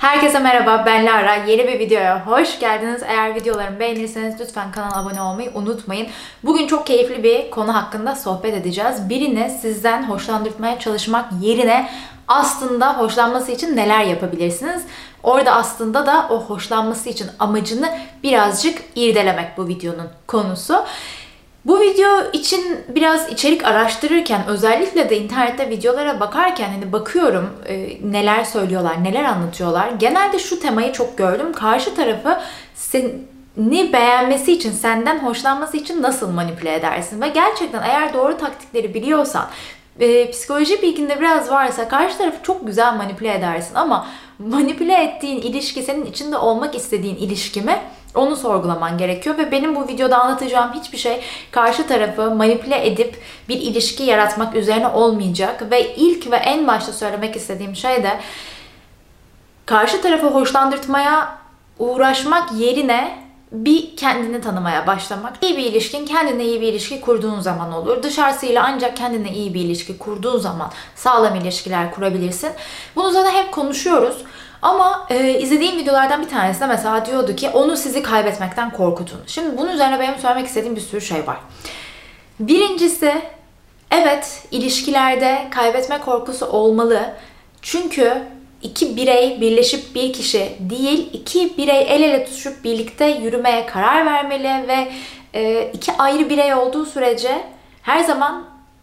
Herkese merhaba, ben Lara. Yeni bir videoya hoş geldiniz. Eğer videolarımı beğenirseniz lütfen kanala abone olmayı unutmayın. Bugün çok keyifli bir konu hakkında sohbet edeceğiz. Birini sizden hoşlandırmaya çalışmak yerine aslında hoşlanması için neler yapabilirsiniz? Orada aslında da o hoşlanması için amacını birazcık irdelemek bu videonun konusu. Bu video için biraz içerik araştırırken, özellikle de internette videolara bakarken bakıyorum neler söylüyorlar, neler anlatıyorlar. Genelde şu temayı çok gördüm. Karşı tarafı seni beğenmesi için, senden hoşlanması için nasıl manipüle edersin? Ve gerçekten eğer doğru taktikleri biliyorsan, psikoloji bilginde biraz varsa karşı tarafı çok güzel manipüle edersin. Ama manipüle ettiğin ilişki senin içinde olmak istediğin ilişki mi? Onu sorgulaman gerekiyor ve benim bu videoda anlatacağım hiçbir şey karşı tarafı manipüle edip bir ilişki yaratmak üzerine olmayacak. Ve ilk ve en başta söylemek istediğim şey de karşı tarafı hoşlandırtmaya uğraşmak yerine bir kendini tanımaya başlamak. İyi bir ilişkin kendine iyi bir ilişki kurduğun zaman olur. Dışarısıyla ancak kendine iyi bir ilişki kurduğun zaman sağlam ilişkiler kurabilirsin. Bunu zaten hep konuşuyoruz. Ama izlediğim videolardan bir tanesinde mesela diyordu ki onu sizi kaybetmekten korkutun. Şimdi bunun üzerine benim söylemek istediğim bir sürü şey var. Birincisi, evet, ilişkilerde kaybetme korkusu olmalı. Çünkü iki birey birleşip bir kişi değil, iki birey el ele tutuşup birlikte yürümeye karar vermeli ve iki ayrı birey olduğu sürece her zaman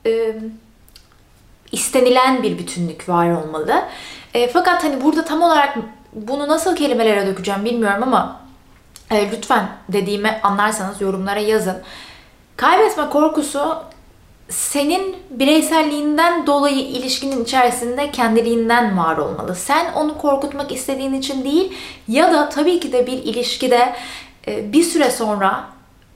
istenilen bir bütünlük var olmalı. Fakat burada tam olarak bunu nasıl kelimelere dökeceğim bilmiyorum ama lütfen dediğimi anlarsanız yorumlara yazın. Kaybetme korkusu senin bireyselliğinden dolayı ilişkinin içerisinde kendiliğinden var olmalı. Sen onu korkutmak istediğin için değil ya da tabii ki de bir ilişkide bir süre sonra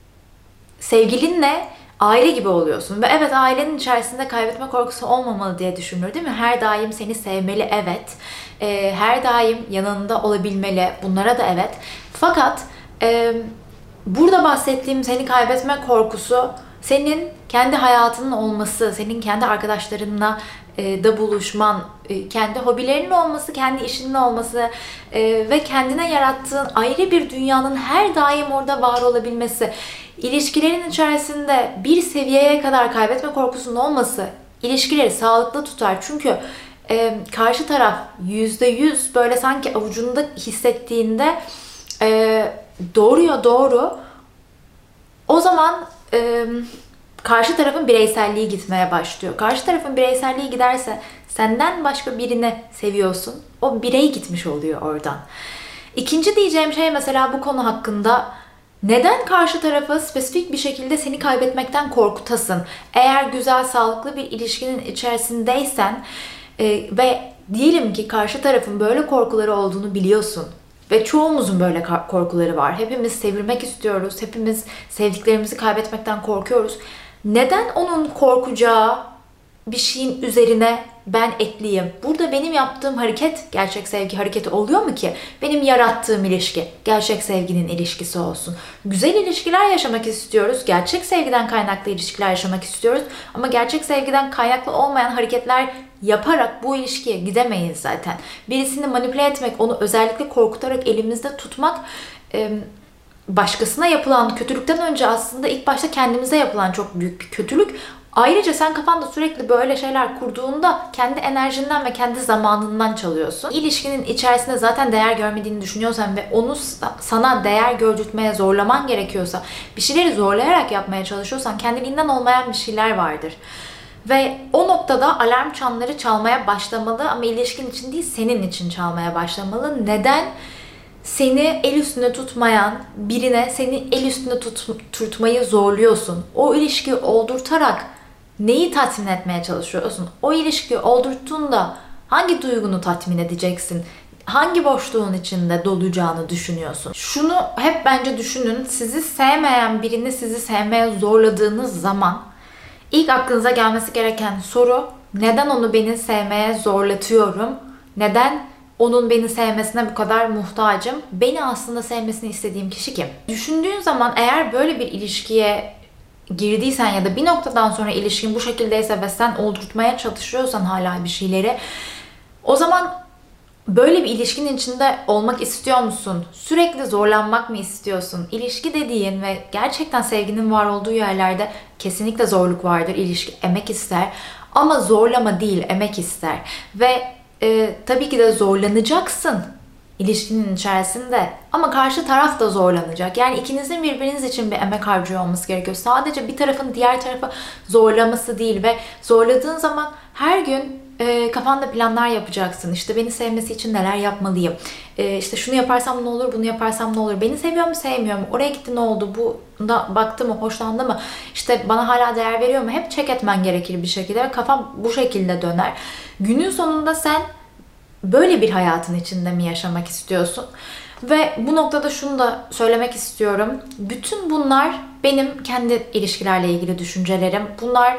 sevgilinle aile gibi oluyorsun. Ve evet, ailenin içerisinde kaybetme korkusu olmamalı diye düşünülür, değil mi? Her daim seni sevmeli, evet. Her daim yanında olabilmeli. Bunlara da evet. Fakat burada bahsettiğim seni kaybetme korkusu senin kendi hayatının olması, senin kendi arkadaşlarınla da buluşman, kendi hobilerinin olması, kendi işinin olması ve kendine yarattığın ayrı bir dünyanın her daim orada var olabilmesi. İlişkilerin içerisinde bir seviyeye kadar kaybetme korkusunun olması ilişkileri sağlıklı tutar. Çünkü karşı taraf %100 böyle sanki avucunda hissettiğinde doğruya doğru, o zaman karşı tarafın bireyselliği gitmeye başlıyor. Karşı tarafın bireyselliği giderse senden başka birini seviyorsun. O birey gitmiş oluyor oradan. İkinci diyeceğim şey mesela bu konu hakkında, neden karşı tarafı spesifik bir şekilde seni kaybetmekten korkutasın? Eğer güzel, sağlıklı bir ilişkinin içerisindeysen ve diyelim ki karşı tarafın böyle korkuları olduğunu biliyorsun. Ve çoğumuzun böyle korkuları var. Hepimiz sevilmek istiyoruz. Hepimiz sevdiklerimizi kaybetmekten korkuyoruz. Neden onun korkacağı bir şeyin üzerine ben ekleyeyim? Burada benim yaptığım hareket gerçek sevgi hareketi oluyor mu ki? Benim yarattığım ilişki gerçek sevginin ilişkisi olsun. Güzel ilişkiler yaşamak istiyoruz. Gerçek sevgiden kaynaklı ilişkiler yaşamak istiyoruz. Ama gerçek sevgiden kaynaklı olmayan hareketler yaparak bu ilişkiye gidemeyiz zaten. Birisini manipüle etmek, onu özellikle korkutarak elimizde tutmak başkasına yapılan kötülükten önce aslında ilk başta kendimize yapılan çok büyük bir kötülük. Ayrıca sen kafanda sürekli böyle şeyler kurduğunda kendi enerjinden ve kendi zamanından çalıyorsun. İlişkinin içerisinde zaten değer görmediğini düşünüyorsan ve onu sana değer gördürtmeye zorlaman gerekiyorsa, bir şeyleri zorlayarak yapmaya çalışıyorsan kendiliğinden olmayan bir şeyler vardır. Ve o noktada alarm çanları çalmaya başlamalı ama ilişkin için değil, senin için çalmaya başlamalı. Neden? Seni el üstünde tutmayan birine seni el üstünde tutmayı zorluyorsun. O ilişkiyi oldurtarak neyi tatmin etmeye çalışıyorsun? O ilişkiyi oldurttuğunda hangi duygunu tatmin edeceksin? Hangi boşluğun içinde dolacağını düşünüyorsun? Şunu hep bence düşünün. Sizi sevmeyen birini sizi sevmeye zorladığınız zaman ilk aklınıza gelmesi gereken soru, neden onu beni sevmeye zorlatıyorum? Neden onun beni sevmesine bu kadar muhtacım? Beni aslında sevmesini istediğim kişi kim? Düşündüğün zaman eğer böyle bir ilişkiye girdiysen ya da bir noktadan sonra ilişkin bu şekildeyse ve sen oldurtmaya çalışıyorsan hala bir şeyleri, o zaman Böyle bir ilişkinin içinde olmak istiyor musun? Sürekli zorlanmak mı istiyorsun? İlişki dediğin ve gerçekten sevginin var olduğu yerlerde kesinlikle zorluk vardır. İlişki emek ister ama zorlama değil, emek ister. Ve tabii ki de zorlanacaksın ilişkinin içerisinde ama karşı taraf da zorlanacak. Yani ikinizin birbiriniz için bir emek harcıyor olması gerekiyor. Sadece bir tarafın diğer tarafı zorlaması değil ve zorladığın zaman her gün kafanda planlar yapacaksın. İşte beni sevmesi için neler yapmalıyım? İşte şunu yaparsam ne olur, bunu yaparsam ne olur? Beni seviyor mu, sevmiyor mu? Oraya gitti ne oldu? Buna baktı mı, hoşlandı mı? İşte bana hala değer veriyor mu? Hep check etmen gerekir bir şekilde ve kafam bu şekilde döner. Günün sonunda sen böyle bir hayatın içinde mi yaşamak istiyorsun? Ve bu noktada şunu da söylemek istiyorum. Bütün bunlar benim kendi ilişkilerle ilgili düşüncelerim. Bunlar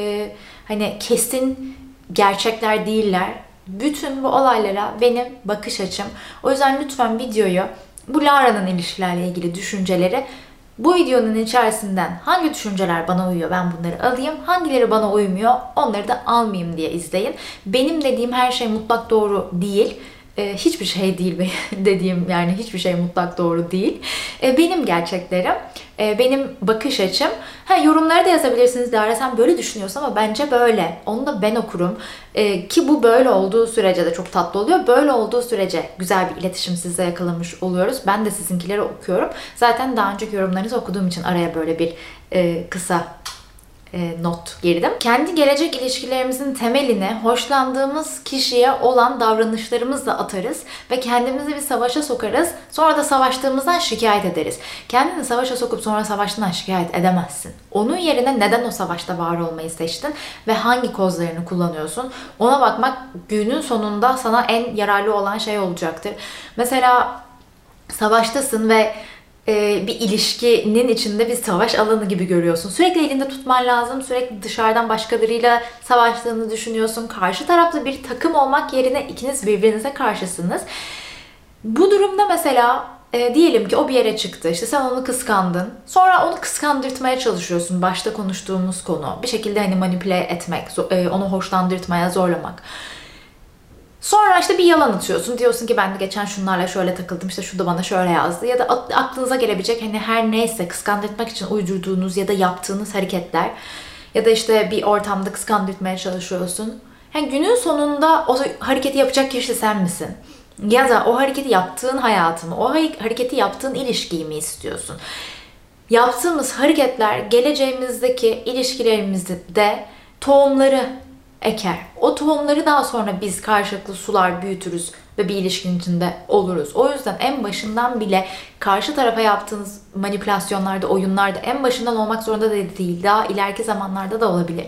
hani kesin gerçekler değiller. Bütün bu olaylara benim bakış açım. O yüzden lütfen videoyu bu Lara'nın ilişkilerle ilgili düşünceleri, bu videonun içerisinden hangi düşünceler bana uyuyor ben bunları alayım, hangileri bana uymuyor onları da almayayım diye izleyin. Benim dediğim her şey mutlak doğru değil. Hiçbir şey değil dediğim, yani hiçbir şey mutlak doğru değil. Benim gerçeklerim, benim bakış açım. Yorumlara da yazabilirsiniz. Lara sen böyle düşünüyorsun ama bence böyle. Onu da ben okurum. Ki bu böyle olduğu sürece de çok tatlı oluyor. Böyle olduğu sürece güzel bir iletişim sizle yakalamış oluyoruz. Ben de sizinkileri okuyorum. Zaten daha önceki yorumlarınızı okuduğum için araya böyle bir kısa not girdim. Kendi gelecek ilişkilerimizin temelini hoşlandığımız kişiye olan davranışlarımızla atarız ve kendimizi bir savaşa sokarız. Sonra da savaştığımızdan şikayet ederiz. Kendini savaşa sokup sonra savaştığından şikayet edemezsin. Onun yerine neden o savaşta var olmayı seçtin ve hangi kozlarını kullanıyorsun? Ona bakmak günün sonunda sana en yararlı olan şey olacaktır. Mesela savaştasın ve bir ilişkinin içinde bir savaş alanı gibi görüyorsun. Sürekli elinde tutman lazım. Sürekli dışarıdan başkalarıyla savaştığını düşünüyorsun. Karşı tarafta bir takım olmak yerine ikiniz birbirinize karşısınız. Bu durumda mesela diyelim ki o bir yere çıktı. İşte sen onu kıskandın. Sonra onu kıskandırtmaya çalışıyorsun. Başta konuştuğumuz konu. Bir şekilde hani manipüle etmek, onu hoşlandırtmaya zorlamak. Sonra işte bir yalan atıyorsun. Diyorsun ki ben de geçen şunlarla şöyle takıldım. İşte şu da bana şöyle yazdı. Ya da aklınıza gelebilecek hani her neyse kıskandırtmak için uydurduğunuz ya da yaptığınız hareketler. Ya da işte bir ortamda kıskandırtmaya çalışıyorsun. Yani günün sonunda o hareketi yapacak kişi sen misin? Ya da o hareketi yaptığın hayatı mı? O hareketi yaptığın ilişkiyi mi istiyorsun? Yaptığımız hareketler geleceğimizdeki ilişkilerimizde tohumları eker. O tohumları daha sonra biz karşılıklı sular, büyütürüz ve bir ilişkinin içinde oluruz. O yüzden en başından bile karşı tarafa yaptığınız manipülasyonlarda, oyunlarda en başından olmak zorunda da değil. Daha ileriki zamanlarda da olabilir.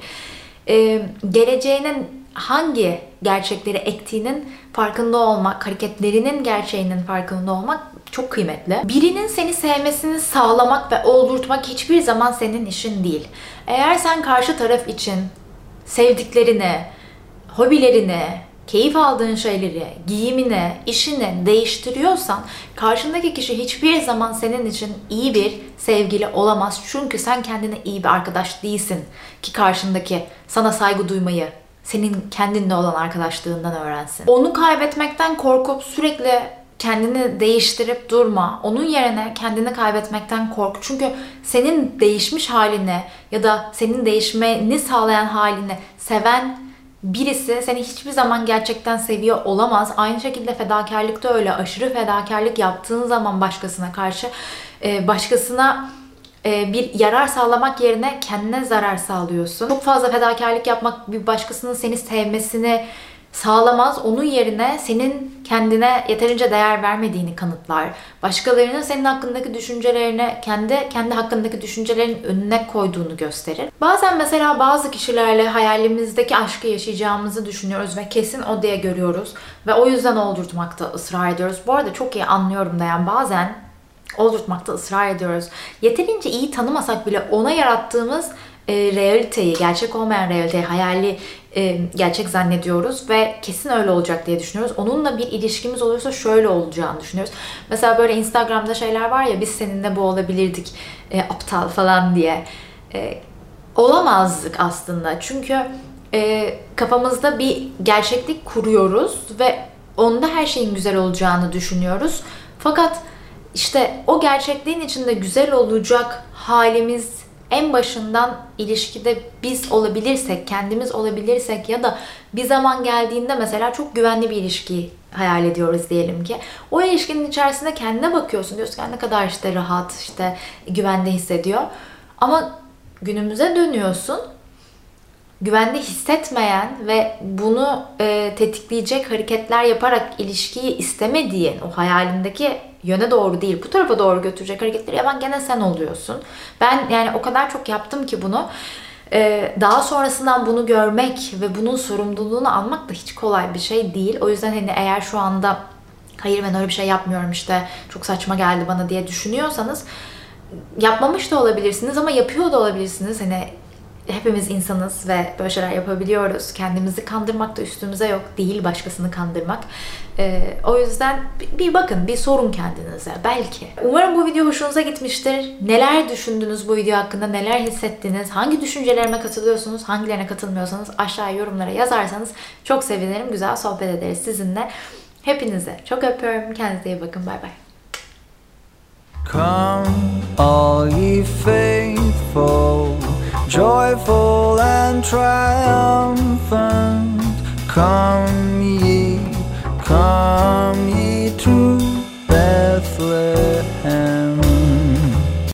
Geleceğinin hangi gerçekleri ektiğinin farkında olmak, hareketlerinin gerçeğinin farkında olmak çok kıymetli. Birinin seni sevmesini sağlamak ve oldurtmak hiçbir zaman senin işin değil. Eğer sen karşı taraf için sevdiklerini, hobilerini, keyif aldığın şeyleri, giyimini, işini değiştiriyorsan karşındaki kişi hiçbir zaman senin için iyi bir sevgili olamaz. Çünkü sen kendine iyi bir arkadaş değilsin ki karşındaki sana saygı duymayı senin kendinle olan arkadaşlığından öğrensin. Onu kaybetmekten korkup sürekli kendini değiştirip durma. Onun yerine kendini kaybetmekten kork. Çünkü senin değişmiş halini ya da senin değişmeni sağlayan halini seven birisi seni hiçbir zaman gerçekten seviyor olamaz. Aynı şekilde fedakarlık da öyle. Aşırı fedakarlık yaptığın zaman başkasına karşı başkasına bir yarar sağlamak yerine kendine zarar sağlıyorsun. Çok fazla fedakarlık yapmak bir başkasının seni sevmesini sağlamaz. Onun yerine senin kendine yeterince değer vermediğini kanıtlar. Başkalarının senin hakkındaki düşüncelerini kendi hakkındaki düşüncelerin önüne koyduğunu gösterir. Bazen mesela bazı kişilerle hayalimizdeki aşkı yaşayacağımızı düşünüyoruz ve kesin o diye görüyoruz ve o yüzden oldurtmakta ısrar ediyoruz. Bu arada çok iyi anlıyorum da yani bazen oldurtmakta ısrar ediyoruz. Yeterince iyi tanımasak bile ona yarattığımız realiteyi, gerçek olmayan realiteyi, hayali gerçek zannediyoruz ve kesin öyle olacak diye düşünüyoruz. Onunla bir ilişkimiz olursa şöyle olacağını düşünüyoruz. Mesela böyle Instagram'da şeyler var ya, biz seninle bu olabilirdik, aptal falan diye. Olamazdık aslında. Çünkü kafamızda bir gerçeklik kuruyoruz ve onda her şeyin güzel olacağını düşünüyoruz. Fakat işte o gerçekliğin içinde güzel olacak halimiz en başından ilişkide biz olabilirsek, kendimiz olabilirsek ya da bir zaman geldiğinde mesela çok güvenli bir ilişki hayal ediyoruz diyelim ki. O ilişkinin içerisinde kendine bakıyorsun, diyorsun ki ne kadar işte rahat, işte güvende hissediyor. Ama günümüze dönüyorsun, güvende hissetmeyen ve bunu tetikleyecek hareketler yaparak ilişkiyi istemediğin, o hayalindeki yöne doğru değil, bu tarafa doğru götürecek hareketleri yapan gene sen oluyorsun. Ben yani o kadar çok yaptım ki bunu. Daha sonrasından bunu görmek ve bunun sorumluluğunu almak da hiç kolay bir şey değil. O yüzden hani eğer şu anda hayır ben öyle bir şey yapmıyorum işte çok saçma geldi bana diye düşünüyorsanız yapmamış da olabilirsiniz ama yapıyor da olabilirsiniz. Hani hepimiz insanız ve böyle şeyler yapabiliyoruz. Kendimizi kandırmak da üstümüze yok. Değil başkasını kandırmak. O yüzden bir bakın, bir sorun kendinize. Belki. Umarım bu video hoşunuza gitmiştir. Neler düşündünüz bu video hakkında? Neler hissettiniz? Hangi düşüncelerime katılıyorsunuz? Hangilerine katılmıyorsanız aşağıya yorumlara yazarsanız çok sevinirim. Güzel sohbet ederiz sizinle. Hepinize çok öpüyorum. Kendinize iyi bakın. Bay bay. Come, all ye faithful, joyful and triumphant. Come ye, come.